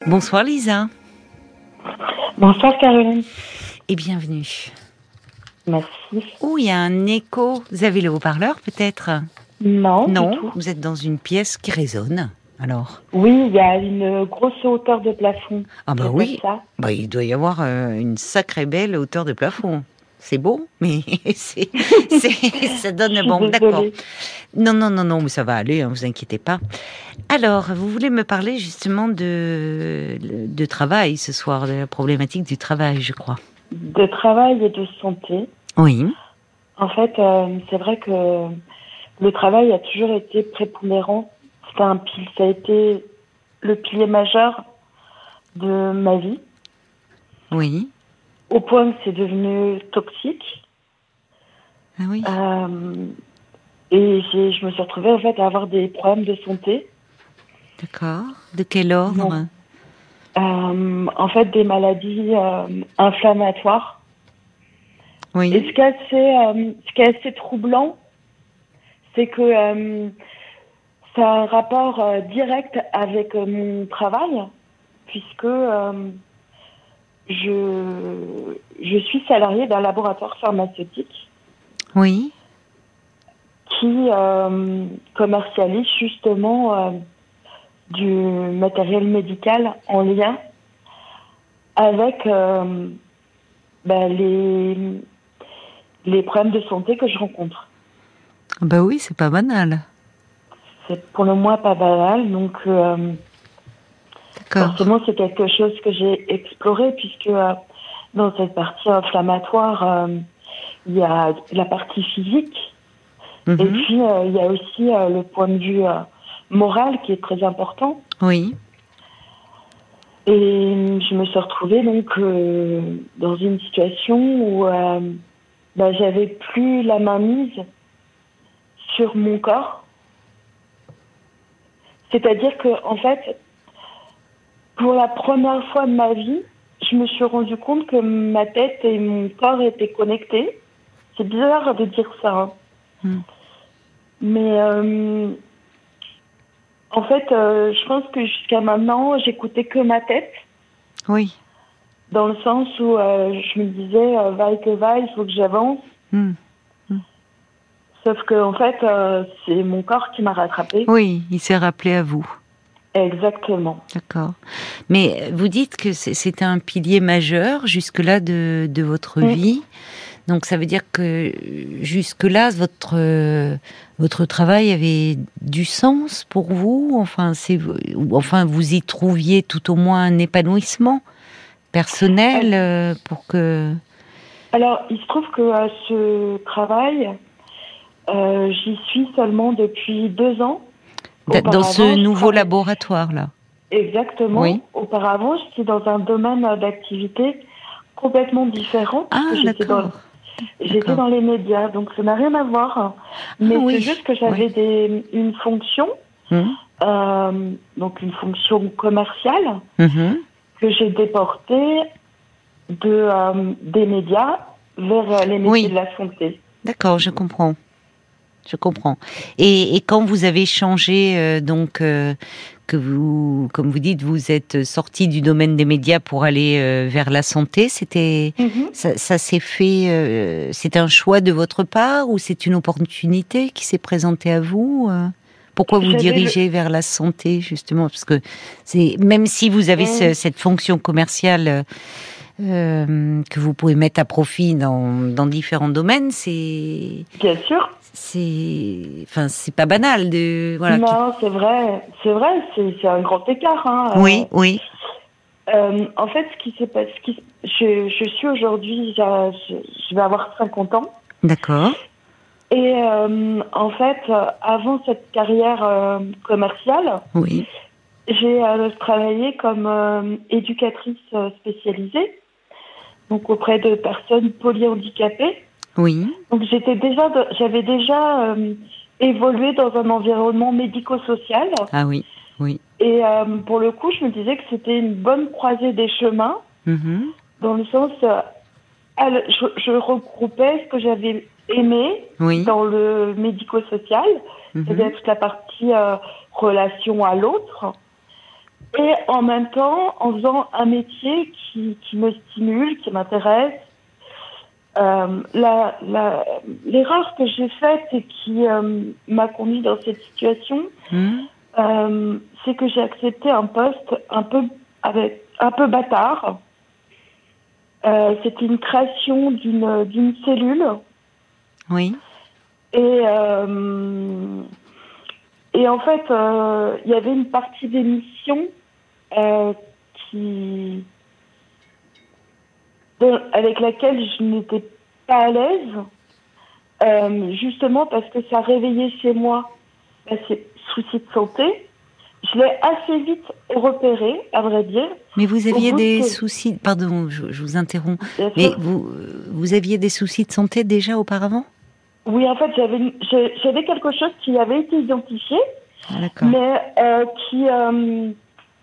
Bonsoir Lisa. Bonsoir Caroline. Et bienvenue. Merci. Oh, il y a un écho. Vous avez le haut-parleur peut-être ? Non, du Non, tout. vous êtes dans une pièce qui résonne. Alors ? Oui, il y a une grosse hauteur de plafond. Ah bah C'est oui. pour ça. Bah, il doit y avoir une sacrée belle hauteur de plafond. C'est beau, mais ça donne Je suis bon. D'accord. désolée. Non, mais ça va aller, hein, vous inquiétez pas. Alors, vous voulez me parler justement de travail ce soir, de la problématique du travail, je crois. De travail et de santé. Oui. En fait, c'est vrai que le travail a toujours été prépondérant. Ça a été le pilier majeur de ma vie, Oui. au point que c'est devenu toxique. Ah oui. Et je me suis retrouvée en fait à avoir des problèmes de santé. D'accord. De quel ordre ? Non. En fait, des maladies inflammatoires. Oui. Et ce qui est assez troublant, c'est que ça a un rapport direct avec mon travail, puisque je suis salariée d'un laboratoire pharmaceutique Oui. qui commercialise justement du matériel médical en lien avec les problèmes de santé que je rencontre. Bah oui, c'est pas banal. C'est pour le moins pas banal, donc D'accord. forcément c'est quelque chose que j'ai exploré, puisque dans cette partie inflammatoire, il y a la partie physique, et puis il y a aussi le point de vue moral qui est très important. Oui. Et je me suis retrouvée donc dans une situation où j'avais plus la main mise sur mon corps. C'est-à-dire que en fait, pour la première fois de ma vie, je me suis rendu compte que ma tête et mon corps étaient connectés. C'est bizarre de dire ça, hein. Mais en fait, je pense que jusqu'à maintenant, j'écoutais que ma tête. Oui. Dans le sens où je me disais, vaille que vaille, il faut que j'avance. Sauf que en fait, c'est mon corps qui m'a rattrapée. Oui, il s'est rappelé à vous. Exactement. D'accord. Mais vous dites que c'était un pilier majeur jusque-là de votre vie. Donc ça veut dire que jusque-là, votre travail avait du sens pour vous. Enfin, vous y trouviez tout au moins un épanouissement personnel pour que. Alors, il se trouve que ce travail, j'y suis seulement depuis 2 ans. Dans ce nouveau laboratoire-là. Exactement. Oui. Auparavant, j'étais dans un domaine d'activité complètement différent. J'étais dans les médias, donc ça n'a rien à voir. Mais c'est juste que j'avais une fonction, donc une fonction commerciale, que j'ai déportée des médias vers les métiers de la santé. D'accord, je comprends. Et quand vous avez changé, que vous, comme vous dites, vous êtes sorti du domaine des médias pour aller vers la santé, ça s'est fait, c'est un choix de votre part ou c'est une opportunité qui s'est présentée à vous Pourquoi vous dirigez vers la santé justement? Parce que même si vous avez cette fonction commerciale que vous pouvez mettre à profit dans différents domaines, c'est bien sûr. C'est pas banal de voilà. Non, c'est vrai, c'est un grand écart. Hein, oui. En fait, ce qui s'est passé, je suis aujourd'hui, je vais avoir 50 ans. D'accord. Et en fait, avant cette carrière commerciale, j'ai travaillé comme éducatrice spécialisée, donc auprès de personnes polyhandicapées. Oui. Donc j'avais déjà évolué dans un environnement médico-social. Ah oui. Et pour le coup, je me disais que c'était une bonne croisée des chemins, dans le sens, je regroupais ce que j'avais aimé dans le médico-social, c'est-à-dire toute la partie relation à l'autre, et en même temps en faisant un métier qui me stimule, qui m'intéresse. L'erreur que j'ai faite et qui m'a conduit dans cette situation, c'est que j'ai accepté un poste un peu bâtard. C'était une création d'une cellule. Oui. Et en fait, il y avait une partie des missions avec laquelle je n'étais pas à l'aise, justement parce que ça réveillait chez moi ces soucis de santé. Je l'ai assez vite repéré, à vrai dire. Mais vous aviez des soucis... Pardon, je vous interromps. Mais vous aviez des soucis de santé déjà auparavant ? Oui, en fait, j'avais quelque chose qui avait été identifié, mais qui ne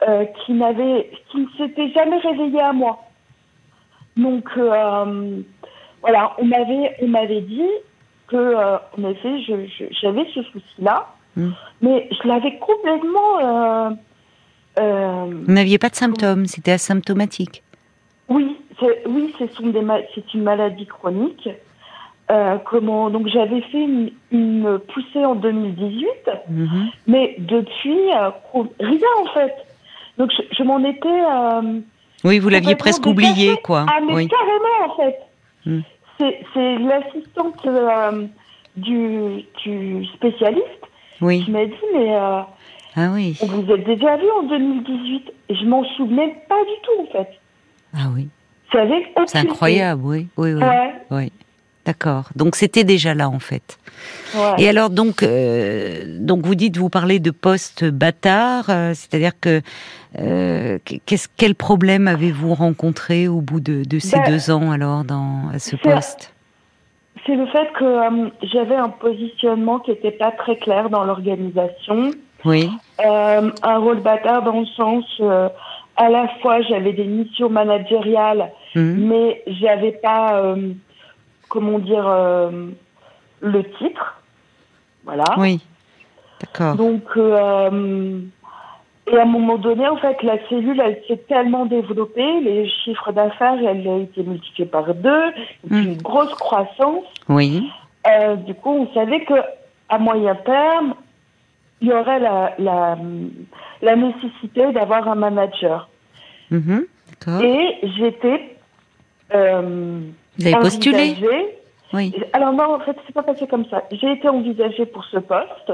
s'était jamais réveillé à moi. Donc, voilà, on m'avait dit que, en effet, j'avais ce souci-là, mais je l'avais complètement... Vous n'aviez pas de symptômes, c'était asymptomatique. Oui, c'est une maladie chronique. Donc j'avais fait une poussée en 2018, mais depuis rien en fait. Donc je m'en étais. Oui, vous l'aviez presque oublié, quoi. Ah mais oui. Carrément en fait. C'est l'assistante du spécialiste qui m'a dit mais. Ah oui. On vous a déjà vu en 2018 et je m'en souvenais pas du tout en fait. Ah oui. C'est incroyable, oui. Oui. D'accord. Donc c'était déjà là en fait. Ouais. Et alors donc vous dites, vous parlez de poste bâtard, c'est-à-dire que quel problème avez-vous rencontré au bout de ces 2 ans alors à ce poste ? C'est le fait que j'avais un positionnement qui n'était pas très clair dans l'organisation. Oui. Un rôle bâtard dans le sens à la fois j'avais des missions managériales, mais j'avais pas comment dire le titre. Voilà. Oui. D'accord. Donc et à un moment donné, en fait, la cellule, elle s'est tellement développée, les chiffres d'affaires, elle a été multipliée par 2, une grosse croissance. Oui. Du coup, on savait que à moyen terme, il y aurait la nécessité d'avoir un manager. D'accord. Et j'étais vous avez postulé ? Oui. Alors non, en fait, c'est pas passé comme ça. J'ai été envisagée pour ce poste.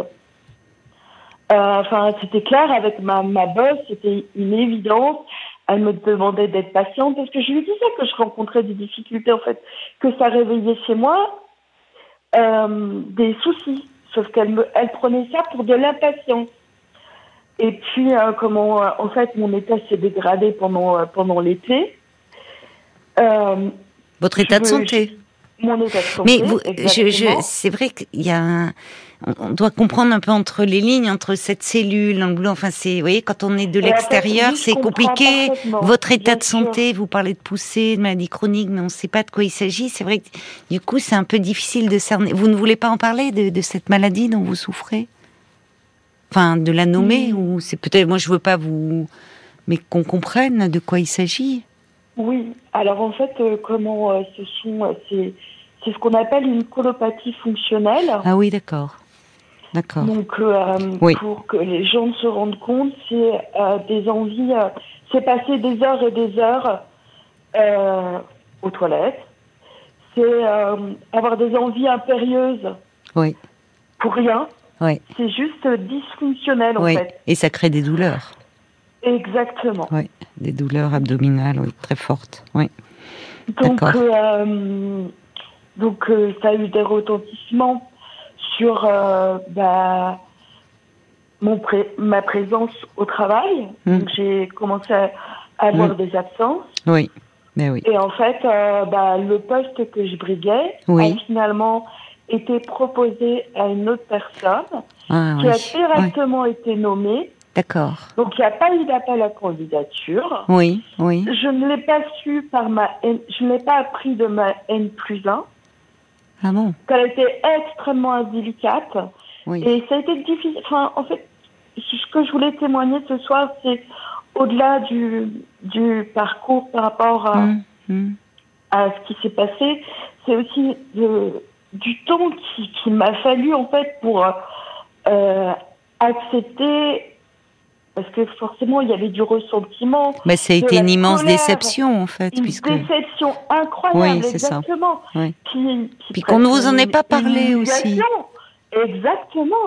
C'était clair avec ma boss, c'était une évidence. Elle me demandait d'être patiente parce que je lui disais que je rencontrais des difficultés, en fait, que ça réveillait chez moi des soucis. Sauf qu'elle prenait ça pour de l'impatience. Et puis, en fait, mon état s'est dégradé pendant l'été. Votre état de santé. Mon état de santé. Mais c'est vrai qu'il y a on doit comprendre un peu entre les lignes, entre cette cellule, dans le boulot. Enfin, vous voyez, quand on est de l'extérieur, en fait, c'est compliqué. Votre état de santé, vous parlez de poussée, de maladie chronique, mais on ne sait pas de quoi il s'agit. C'est vrai que, du coup, c'est un peu difficile de cerner. Vous ne voulez pas en parler de cette maladie dont vous souffrez ? Enfin, de la nommer, ou c'est peut-être, moi je veux pas mais qu'on comprenne de quoi il s'agit. Oui, alors en fait, c'est ce qu'on appelle une colopathie fonctionnelle. Ah oui, d'accord. Donc, pour que les gens se rendent compte, c'est des envies, c'est passer des heures et des heures aux toilettes, c'est avoir des envies impérieuses pour rien. Oui. C'est juste dysfonctionnel, en fait. Et ça crée des douleurs. Exactement. Oui, des douleurs abdominales, très fortes. Oui. Donc, ça a eu des retentissements sur ma présence au travail. Donc, j'ai commencé à avoir des absences. Oui. Mais oui. Et en fait, le poste que je briguais a finalement été proposé à une autre personne qui a directement été nommée. D'accord. Donc, il n'y a pas eu d'appel à candidature. Oui. Je ne l'ai pas su je ne l'ai pas appris de ma N+1. Ah bon? Qu'elle était extrêmement indélicate. Oui. Et ça a été difficile. Enfin, en fait, ce que je voulais témoigner ce soir, c'est au-delà du parcours par rapport à ce qui s'est passé, c'est aussi du temps qu'il m'a fallu en fait pour accepter, parce que forcément il y avait du ressentiment. Mais ça a été une immense déception en fait, une déception incroyable, oui, exactement. Ça. Oui. Puis qu'on ne vous en ait pas parlé aussi. Exactement.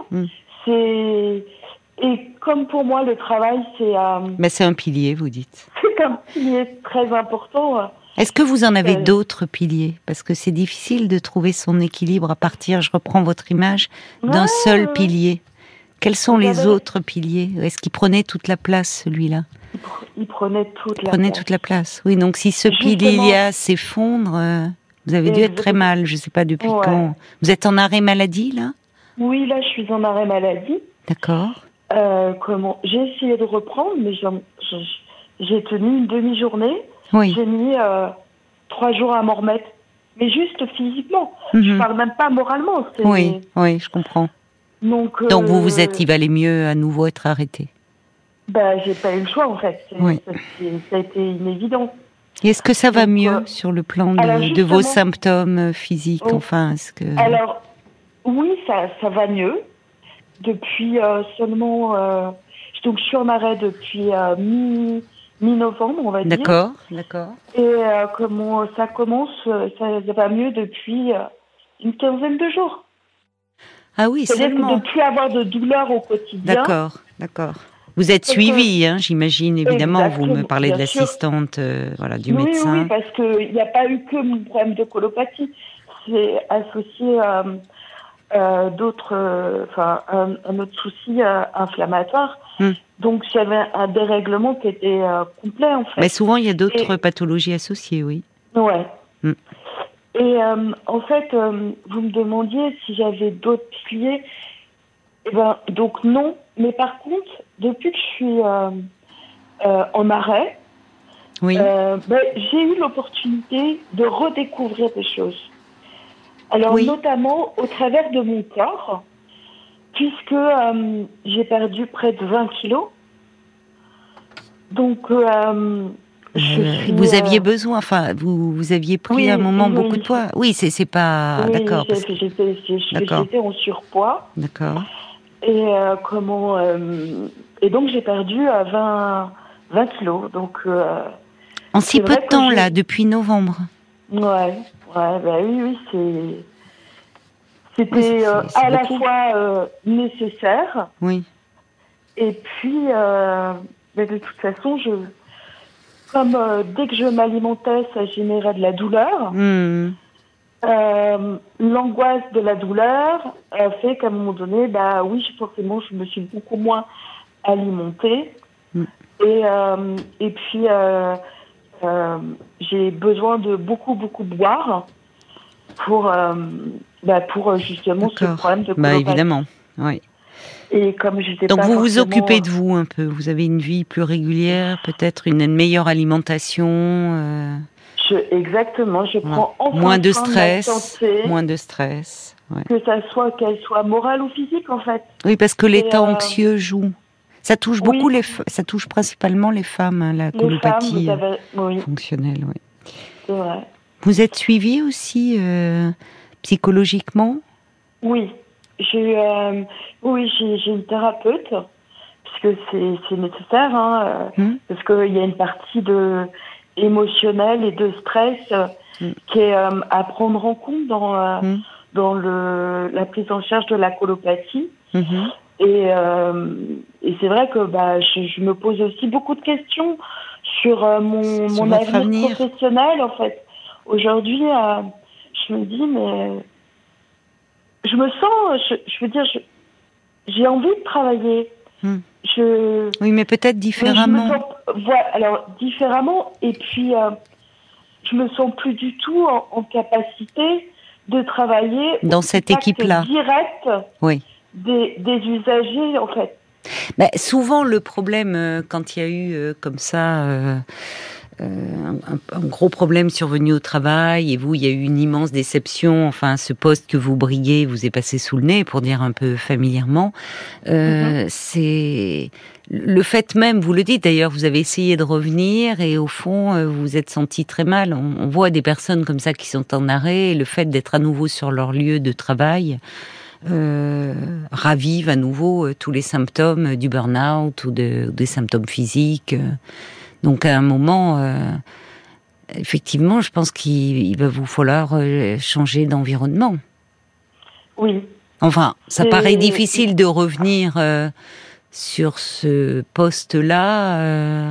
Et comme pour moi le travail c'est. Mais c'est un pilier, vous dites. C'est un pilier très important. Est-ce que vous en avez d'autres piliers? Parce que c'est difficile de trouver son équilibre à partir, je reprends votre image, d'un seul pilier. Quels sont les autres piliers? Est-ce qu'il prenait toute la place, celui-là? Il prenait toute la place. Oui, donc si ce pilier-là s'effondre, vous avez dû être très mal, je ne sais pas depuis quand. Vous êtes en arrêt maladie, là? Oui, là, je suis en arrêt maladie. D'accord. J'ai essayé de reprendre, mais j'ai tenu une demi-journée. Oui. J'ai mis 3 jours à m'en remettre, mais juste physiquement. Je parle même pas moralement. Oui, je comprends. Donc vous vous êtes dit, il valait mieux à nouveau être arrêté. J'ai pas eu le choix en fait. Ça a été une évidence. Et est-ce que ça va mieux sur le plan de vos symptômes physiques? Alors oui, ça va mieux. Depuis seulement. Donc je suis en arrêt depuis mi-novembre, on va dire. D'accord. Et comment ça commence, ça va mieux depuis une quinzaine de jours. Ah oui, seulement. De ne plus avoir de douleur au quotidien. D'accord. Vous êtes suivi, j'imagine, évidemment. Exactement, vous me parlez de l'assistante du médecin. Oui, parce qu'il n'y a pas eu que mon problème de colopathie. C'est associé à d'autres, un autre souci inflammatoire. Donc j'avais un dérèglement qui était complet, en fait. Mais souvent, il y a d'autres pathologies associées, oui. Ouais. Et en fait, vous me demandiez si j'avais d'autres piliers. Donc non. Mais par contre, depuis que je suis en arrêt, j'ai eu l'opportunité de redécouvrir des choses. Alors notamment au travers de mon corps, puisque j'ai perdu près de 20 kilos. Donc vous aviez besoin, vous aviez pris un moment beaucoup de poids. Oui, c'est pas d'accord. J'étais en surpoids. D'accord. Et et donc j'ai perdu 20 kilos. Donc en si peu de temps là, depuis novembre. Oui, c'était à la fois nécessaire. Oui. Et puis de toute façon, comme dès que je m'alimentais, ça générait de la douleur. L'angoisse de la douleur fait qu'à un moment donné, forcément, je me suis beaucoup moins alimentée. Et puis, j'ai besoin de beaucoup boire pour justement ce problème de colopathie. Évidemment, oui. Et comme j'étais Donc pas vous vous occupez de vous un peu, vous avez une vie plus régulière, peut-être une meilleure alimentation. Exactement, je prends enfin moins de soin stress, de ma santé, moins de stress. Que qu'elle soit morale ou physique en fait. Oui, parce que l'état anxieux joue. Ça touche beaucoup ça touche principalement les femmes, la colopathie fonctionnelle. Oui. C'est vrai. Vous êtes suivie aussi psychologiquement? Oui, j'ai une thérapeute parce que c'est nécessaire, parce qu'il y a une partie émotionnelle et de stress qui est à prendre en compte dans la prise en charge de la colopathie. Et c'est vrai que je me pose aussi beaucoup de questions sur mon avenir professionnel en fait. Aujourd'hui, je me dis mais je me sens, je veux dire, j'ai envie de travailler. Oui, mais peut-être différemment. Alors différemment, et puis je me sens plus du tout en capacité de travailler dans cette équipe-là direct. Oui. Des usagers en fait. Souvent le problème quand il y a eu comme ça un gros problème survenu au travail, et vous, il y a eu une immense déception. Enfin, ce poste que vous briguez vous est passé sous le nez, pour dire un peu familièrement. C'est le fait même, vous le dites d'ailleurs, vous avez essayé de revenir, et au fond, vous vous êtes senti très mal. On voit des personnes comme ça qui sont en arrêt, et le fait d'être à nouveau sur leur lieu de travail ravive à nouveau tous les symptômes du burn-out ou des symptômes physiques. Donc à un moment, effectivement, je pense qu'il va vous falloir changer d'environnement. Oui. Enfin, ça paraît difficile de revenir sur ce poste-là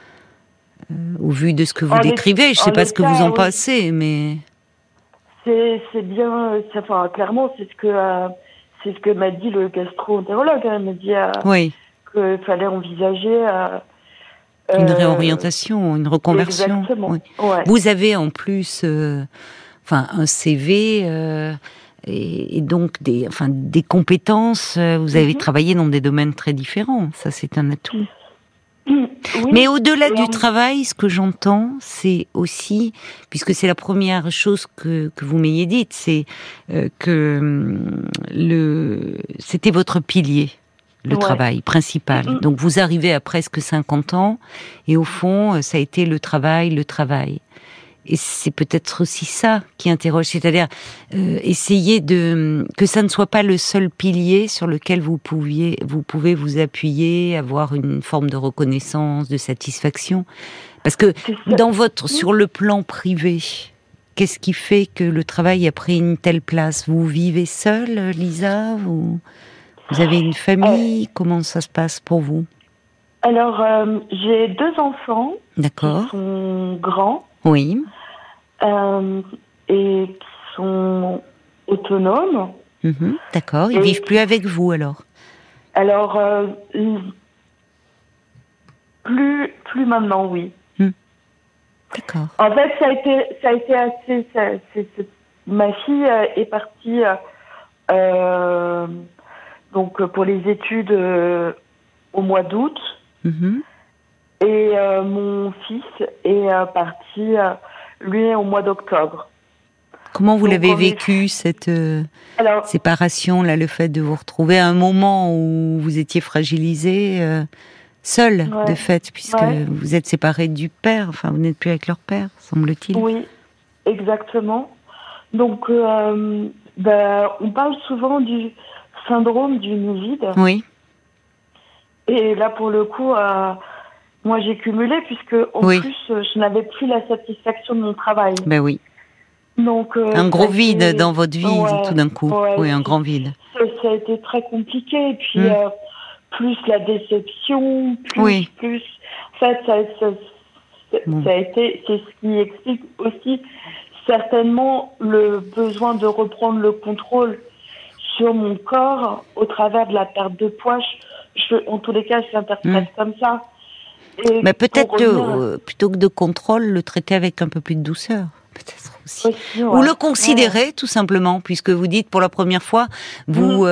au vu de ce que vous décrivez. Je ne sais pas ce que vous en pensez, mais... C'est bien, enfin, clairement, c'est ce que m'a dit le gastro-entérologue. Elle m'a dit qu'il fallait envisager... une réorientation, une reconversion. Exactement. Oui. Ouais. Vous avez en plus un CV et donc des compétences. Vous avez travaillé dans des domaines très différents. Ça, c'est un atout. Oui. Mais au-delà du travail, ce que j'entends, c'est aussi, puisque c'est la première chose que vous m'ayez dite, c'est que c'était votre pilier, le travail principal. Donc vous arrivez à presque 50 ans, et au fond, ça a été le travail. Et c'est peut-être aussi ça qui interroge, c'est-à-dire essayer que ça ne soit pas le seul pilier sur lequel vous pouvez vous appuyer, avoir une forme de reconnaissance, de satisfaction. Parce que sur le plan privé, qu'est-ce qui fait que le travail a pris une telle place? Vous vivez seule, Lisa? Vous avez une famille? Comment ça se passe pour vous? Alors, j'ai 2 enfants. D'accord. Qui sont grands. Oui. Et qui sont autonomes. D'accord. Ils vivent plus avec vous alors? Alors, plus maintenant, oui. D'accord. En fait, ça a été assez. Ma fille est partie donc pour les études au mois d'août. Et mon fils est parti, lui, au mois d'octobre. Comment vous l'avez vécu, cette séparation-là, le fait de vous retrouver à un moment où vous étiez fragilisée, seule, de fait, puisque vous êtes séparée du père, enfin, vous n'êtes plus avec leur père, semble-t-il. Oui, exactement. Donc, on parle souvent du syndrome du nid vide. Oui. Et là, pour le coup, moi, j'ai cumulé, puisque en plus, je n'avais plus la satisfaction de mon travail. Ben oui. Donc, un gros vide dans votre vie, tout d'un coup. Oui, un grand vide. Ça a été très compliqué. Et puis, plus la déception, plus. En fait, ça a été... C'est ce qui explique aussi certainement le besoin de reprendre le contrôle sur mon corps au travers de la perte de poids. En tous les cas, je l'interprète comme ça. Mais peut-être plutôt que de contrôle, le traiter avec un peu plus de douceur, peut-être aussi. Ou le considérer tout simplement, puisque vous dites pour la première fois, vous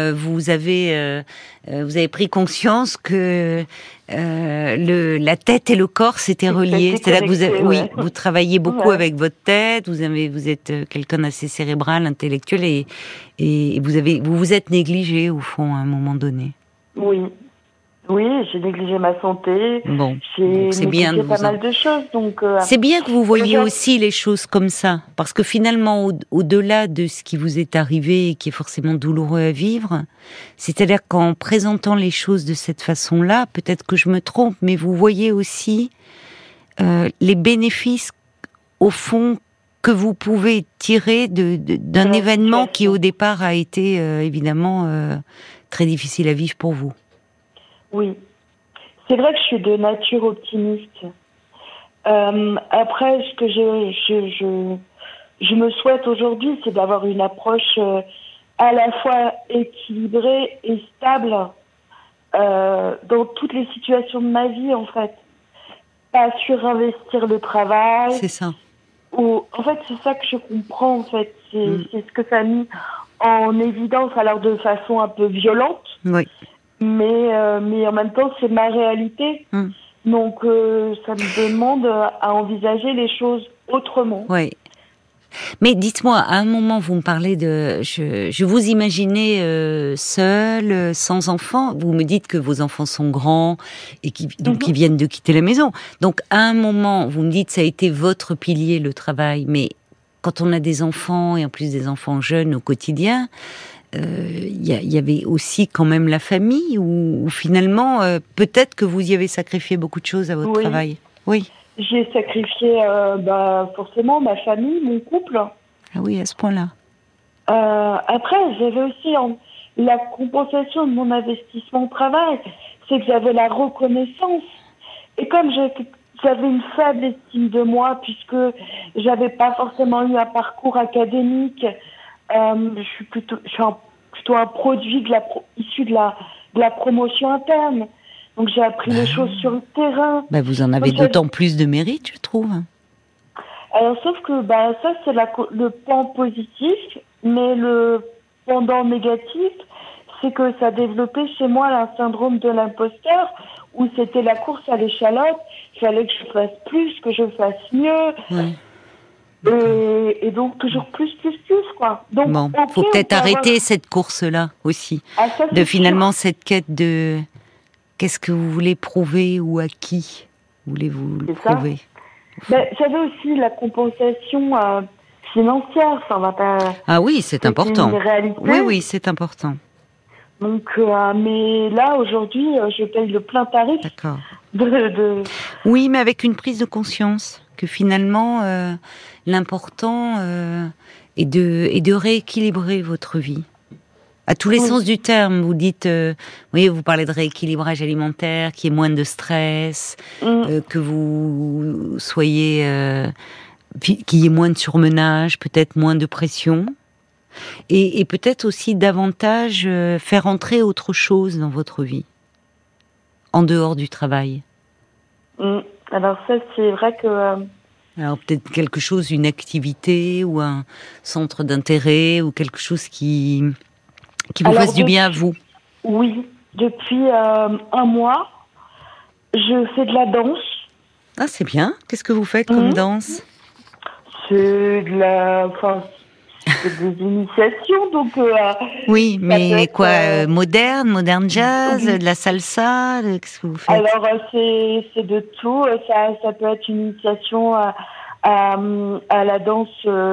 avez pris conscience que la tête et le corps s'étaient reliés. C'est-à-dire que vous travaillez beaucoup avec votre tête. Vous êtes quelqu'un d'assez cérébral, intellectuel, et vous vous êtes négligé au fond à un moment donné. Oui, j'ai négligé ma santé. Bon, j'ai négligé pas mal de choses. Donc, c'est bien que vous voyiez aussi les choses comme ça, parce que finalement, au-delà de ce qui vous est arrivé et qui est forcément douloureux à vivre, c'est-à-dire qu'en présentant les choses de cette façon-là, peut-être que je me trompe, mais vous voyez aussi les bénéfices, au fond, que vous pouvez tirer d'un événement qui, au départ, a été évidemment très difficile à vivre pour vous. Oui, c'est vrai que je suis de nature optimiste. Après, ce que je me souhaite aujourd'hui, c'est d'avoir une approche à la fois équilibrée et stable dans toutes les situations de ma vie, en fait. Pas surinvestir le travail. C'est ça. En fait, c'est ça que je comprends, en fait. C'est ce que ça a mis en évidence, alors de façon un peu violente. Oui. Mais en même temps, c'est ma réalité. Donc, ça me demande à envisager les choses autrement. Oui. Mais dites-moi, à un moment, vous me parlez de... Je vous imaginais seule, sans enfants. Vous me dites que vos enfants sont grands et qui viennent de quitter la maison. Donc, à un moment, vous me dites ça a été votre pilier, le travail. Mais quand on a des enfants, et en plus des enfants jeunes au quotidien, il y avait aussi quand même la famille, ou finalement, peut-être que vous y avez sacrifié beaucoup de choses à votre travail. Oui. J'ai sacrifié forcément ma famille, mon couple. Ah oui, à ce point-là. Après, j'avais aussi la compensation de mon investissement au travail, c'est que j'avais la reconnaissance. Et comme j'avais une faible estime de moi, puisque j'avais pas forcément eu un parcours académique, je suis plutôt un produit issu de la promotion interne. Donc j'ai appris les choses sur le terrain. Vous en avez d'autant plus de mérite, je trouve. Alors sauf que ça c'est le pan positif, mais le pendant négatif, c'est que ça développait chez moi un syndrome de l'imposteur, où c'était la course à l'échalote. Il fallait que je fasse plus, que je fasse mieux. Oui. Et donc toujours plus, quoi. Donc faut peut-être arrêter cette course-là aussi. Finalement cette quête de qu'est-ce que vous voulez prouver ou à qui voulez-vous le prouver. J'avais aussi la compensation financière. Ça va pas. Ah oui, c'est important. Une réalité. Oui, c'est important. Donc, mais là aujourd'hui, je paye le plein tarif. D'accord. Oui, mais avec une prise de conscience que finalement, l'important est de rééquilibrer votre vie. À tous les sens du terme, vous dites, vous parlez de rééquilibrage alimentaire, qu'il y ait moins de stress, que vous soyez, qu'il y ait moins de surmenage, peut-être moins de pression, et peut-être aussi davantage faire entrer autre chose dans votre vie, en dehors du travail. Alors ça, c'est vrai que... Alors peut-être quelque chose, une activité ou un centre d'intérêt ou quelque chose qui vous fasse du bien à vous. Oui, depuis un mois, je fais de la danse. Ah, c'est bien. Qu'est-ce que vous faites comme danse? C'est des initiations, donc... oui, mais quoi, moderne jazz, de la salsa, qu'est-ce que vous faites? Alors, c'est de tout. Ça peut être une initiation à la danse...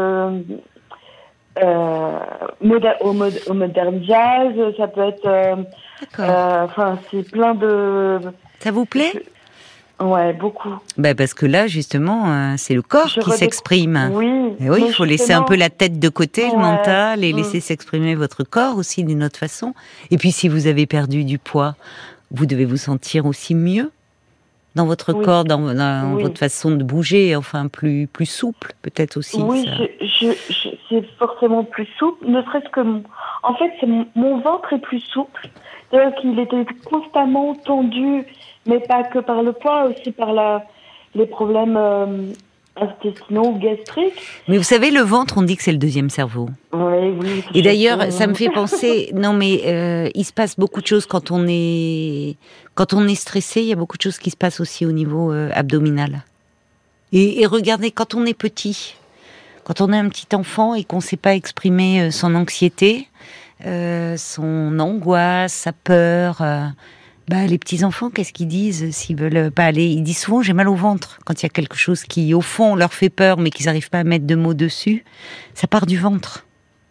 au modern jazz, ça peut être... c'est plein de... Ça vous plaît? Ouais, beaucoup. Parce que là, justement, c'est le corps qui s'exprime. Oui. Et oui, il faut laisser un peu la tête de côté, le mental, et laisser s'exprimer votre corps aussi d'une autre façon. Et puis, si vous avez perdu du poids, vous devez vous sentir aussi mieux dans votre corps, dans votre façon de bouger, enfin plus souple, peut-être aussi. Oui, c'est forcément plus souple, ne serait-ce que... En fait, mon ventre est plus souple. C'est-à-dire qu'il était constamment tendu, mais pas que par le poids, aussi par les problèmes intestinaux ou gastriques. Mais vous savez, le ventre, on dit que c'est le deuxième cerveau. Oui. Et d'ailleurs, ça me fait penser... Non, mais il se passe beaucoup de choses quand on est stressé. Il y a beaucoup de choses qui se passent aussi au niveau abdominal. Et regardez, quand on est petit, quand on est un petit enfant et qu'on ne sait pas exprimer son anxiété, son angoisse, sa peur... les petits-enfants, qu'est-ce qu'ils disent s'ils veulent pas aller? Ils disent souvent j'ai mal au ventre quand il y a quelque chose qui, au fond, leur fait peur, mais qu'ils n'arrivent pas à mettre de mots dessus. Ça part du ventre.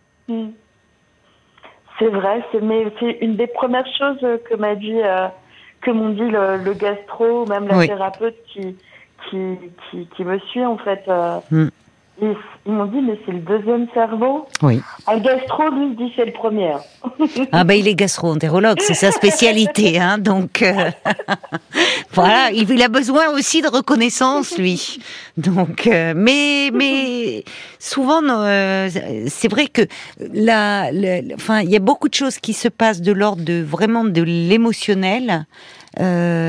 C'est vrai, mais c'est une des premières choses que m'ont dit le gastro, même la thérapeute qui me suit en fait. Ils m'ont dit, mais c'est le deuxième cerveau. Oui. Le gastro, lui, dit c'est le premier. Il est gastro-entérologue, c'est sa spécialité, hein, donc voilà, il a besoin aussi de reconnaissance, lui. Donc, mais souvent, c'est vrai que il y a beaucoup de choses qui se passent de l'ordre vraiment de l'émotionnel. On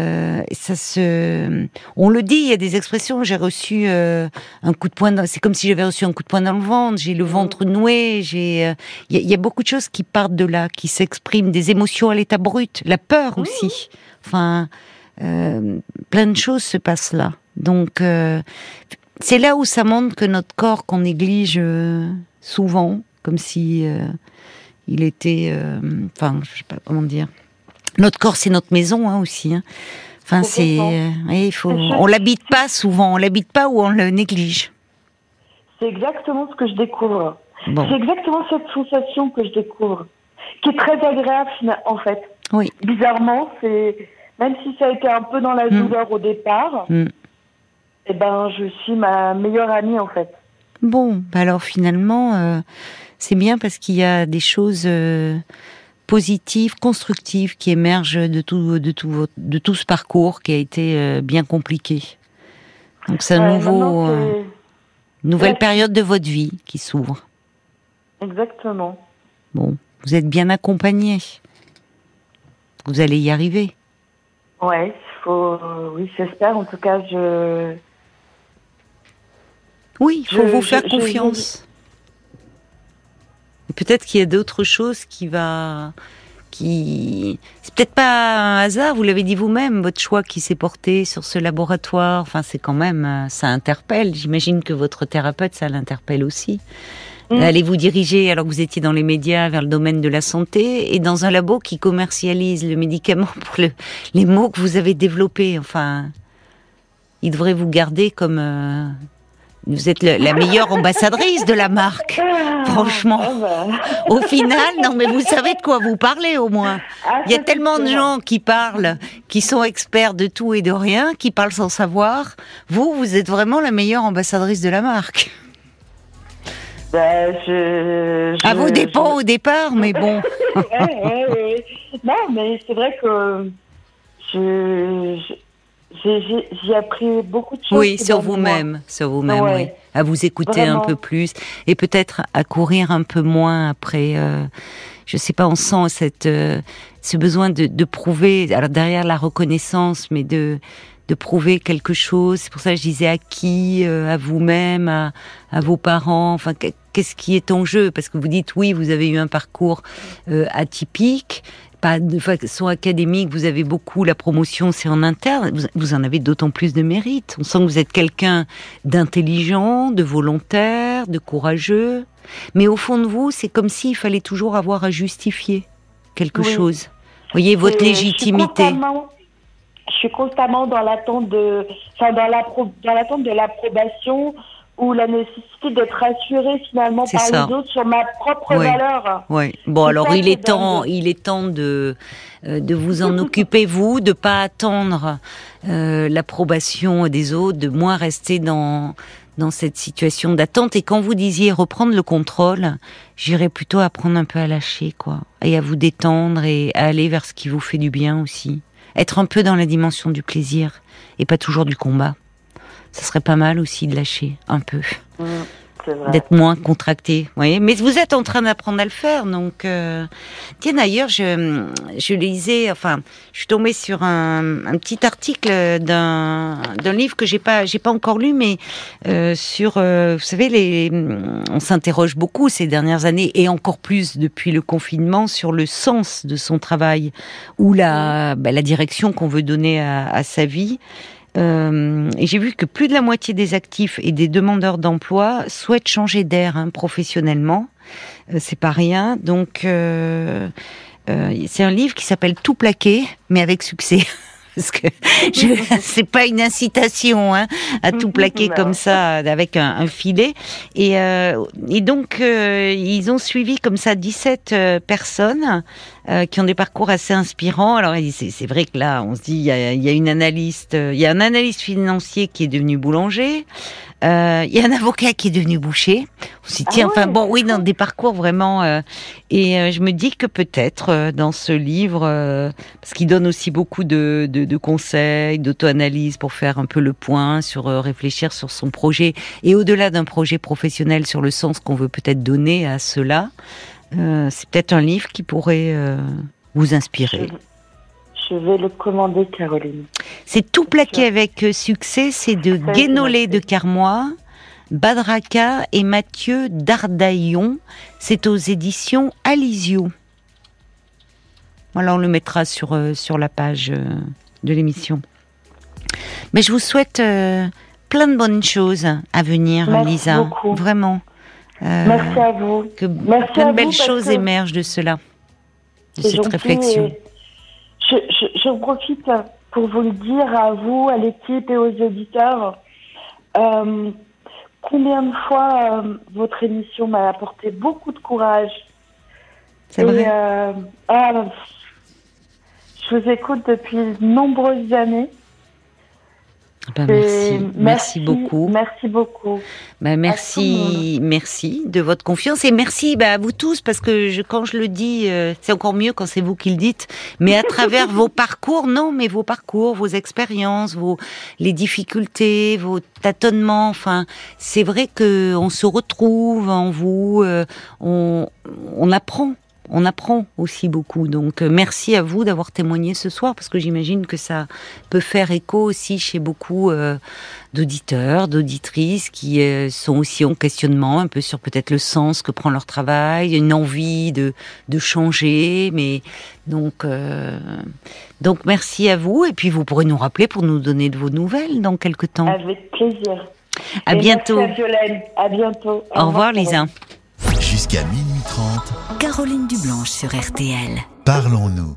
le dit, il y a des expressions. J'ai reçu un coup de poing. C'est comme si j'avais reçu un coup de poing dans le ventre. J'ai le ventre noué. Il y a beaucoup de choses qui partent de là, qui s'expriment, des émotions à l'état brut, la peur aussi. plein de choses se passent là. Donc, c'est là où ça montre que notre corps, qu'on néglige souvent, comme si il était... Enfin, je sais pas comment dire. Notre corps, c'est notre maison aussi. Hein. Enfin, on l'habite pas souvent, on l'habite pas ou on le néglige. C'est exactement ce que je découvre. Bon. C'est exactement cette sensation que je découvre, qui est très agréable en fait. Oui. Bizarrement, même si ça a été un peu dans la douleur au départ, eh ben, je suis ma meilleure amie en fait. Bon, alors finalement, c'est bien parce qu'il y a des choses positives, constructives qui émergent de tout ce parcours qui a été bien compliqué. Donc c'est une nouvelle période de votre vie qui s'ouvre. Exactement. Bon, vous êtes bien accompagné. Vous allez y arriver. Ouais, oui, j'espère. En tout cas, oui, il faut vous faire confiance. Et peut-être qu'il y a d'autres choses c'est peut-être pas un hasard, vous l'avez dit vous-même, votre choix qui s'est porté sur ce laboratoire. Enfin, c'est quand même, ça interpelle. J'imagine que votre thérapeute, ça l'interpelle aussi. Allez vous diriger, alors que vous étiez dans les médias, vers le domaine de la santé et dans un labo qui commercialise le médicament pour les maux que vous avez développés. Enfin, il devrait vous garder comme... vous êtes la meilleure ambassadrice de la marque, franchement. Au final, non mais vous savez de quoi vous parlez au moins. Il y a tellement de gens qui parlent, qui sont experts de tout et de rien, qui parlent sans savoir. Vous êtes vraiment la meilleure ambassadrice de la marque. À vos dépens au départ, mais bon. Ouais. Non, mais c'est vrai que j'ai appris beaucoup de choses. Oui, sur vous-même, ouais. oui. À vous écouter Vraiment. un peu plus et peut-être à courir un peu moins après. Je sais pas, on sent ce besoin de prouver. Alors derrière la reconnaissance, mais de prouver quelque chose. C'est pour ça que je disais à qui, à vous-même, à vos parents. Enfin, qu'est-ce qui est en jeu? Parce que vous dites oui, vous avez eu un parcours atypique. Pas de façon académique, vous avez beaucoup, la promotion c'est en interne, vous en avez d'autant plus de mérite. On sent que vous êtes quelqu'un d'intelligent, de volontaire, de courageux, mais au fond de vous, c'est comme s'il fallait toujours avoir à justifier quelque chose. Vous voyez, votre légitimité. Je suis constamment dans l'attente de l'approbation ou la nécessité d'être rassurée finalement par les autres sur ma propre valeur. Oui. Bon, alors il est temps de vous en occuper, vous, de pas attendre l'approbation des autres, de moins rester dans cette situation d'attente. Et quand vous disiez reprendre le contrôle, j'irais plutôt apprendre un peu à lâcher, quoi, et à vous détendre et à aller vers ce qui vous fait du bien aussi. Être un peu dans la dimension du plaisir et pas toujours du combat. Ça serait pas mal aussi de lâcher un peu, c'est vrai. D'être moins contracté. Vous voyez, mais vous êtes en train d'apprendre à le faire. Donc, tiens d'ailleurs, je lisais, enfin, je suis tombée sur un petit article d'un livre que j'ai pas encore lu, mais sur, vous savez, on s'interroge beaucoup ces dernières années et encore plus depuis le confinement sur le sens de son travail ou la direction qu'on veut donner à sa vie. Et j'ai vu que plus de la moitié des actifs et des demandeurs d'emploi souhaitent changer d'air professionnellement. C'est pas rien. Donc, c'est un livre qui s'appelle Tout plaquer, mais avec succès. Parce que c'est pas une incitation à tout plaquer comme ça avec un filet. Et donc ils ont suivi comme ça 17 personnes qui ont des parcours assez inspirants. Alors c'est vrai que là on se dit il y a une analyste, il y a un analyste financier qui est devenu boulanger. Il y a un avocat qui est devenu boucher. On s'y tient. Enfin bon, oui, dans des parcours vraiment. Et je me dis que peut-être dans ce livre, parce qu'il donne aussi beaucoup de conseils, d'auto-analyse pour faire un peu le point sur réfléchir sur son projet et au-delà d'un projet professionnel sur le sens qu'on veut peut-être donner à cela. C'est peut-être un livre qui pourrait vous inspirer. Je vais le commander, Caroline. C'est Tout plaqué avec succès, c'est de Guénolé de Carmois, Badraca et Mathieu Dardaillon. C'est aux éditions Alizio. Voilà, on le mettra sur la page de l'émission. Mais je vous souhaite plein de bonnes choses à venir, Merci Lisa. beaucoup. Vraiment. Merci à vous. Que Merci plein à de belles vous, choses parce que émergent de cela, de c'est cette gentil, réflexion. et je profite pour vous le dire à vous, à l'équipe et aux auditeurs. Combien de fois votre émission m'a apporté beaucoup de courage. C'est vrai. Je vous écoute depuis de nombreuses années. Merci beaucoup. Merci beaucoup. Merci de votre confiance et merci à vous tous parce que quand je le dis, c'est encore mieux quand c'est vous qui le dites. Mais à travers vos parcours, vos expériences, les difficultés, vos tâtonnements. Enfin, c'est vrai que on se retrouve en vous, on apprend. On apprend aussi beaucoup. Donc, merci à vous d'avoir témoigné ce soir, parce que j'imagine que ça peut faire écho aussi chez beaucoup d'auditeurs, d'auditrices qui sont aussi en questionnement un peu sur peut-être le sens que prend leur travail, une envie de changer. Mais donc merci à vous. Et puis, vous pourrez nous rappeler pour nous donner de vos nouvelles dans quelque temps. Avec plaisir. À bientôt. Merci à Violaine. À bientôt. Au revoir, Lisa. Jusqu'à minuit 30. Caroline Dublanche sur RTL. Parlons-nous.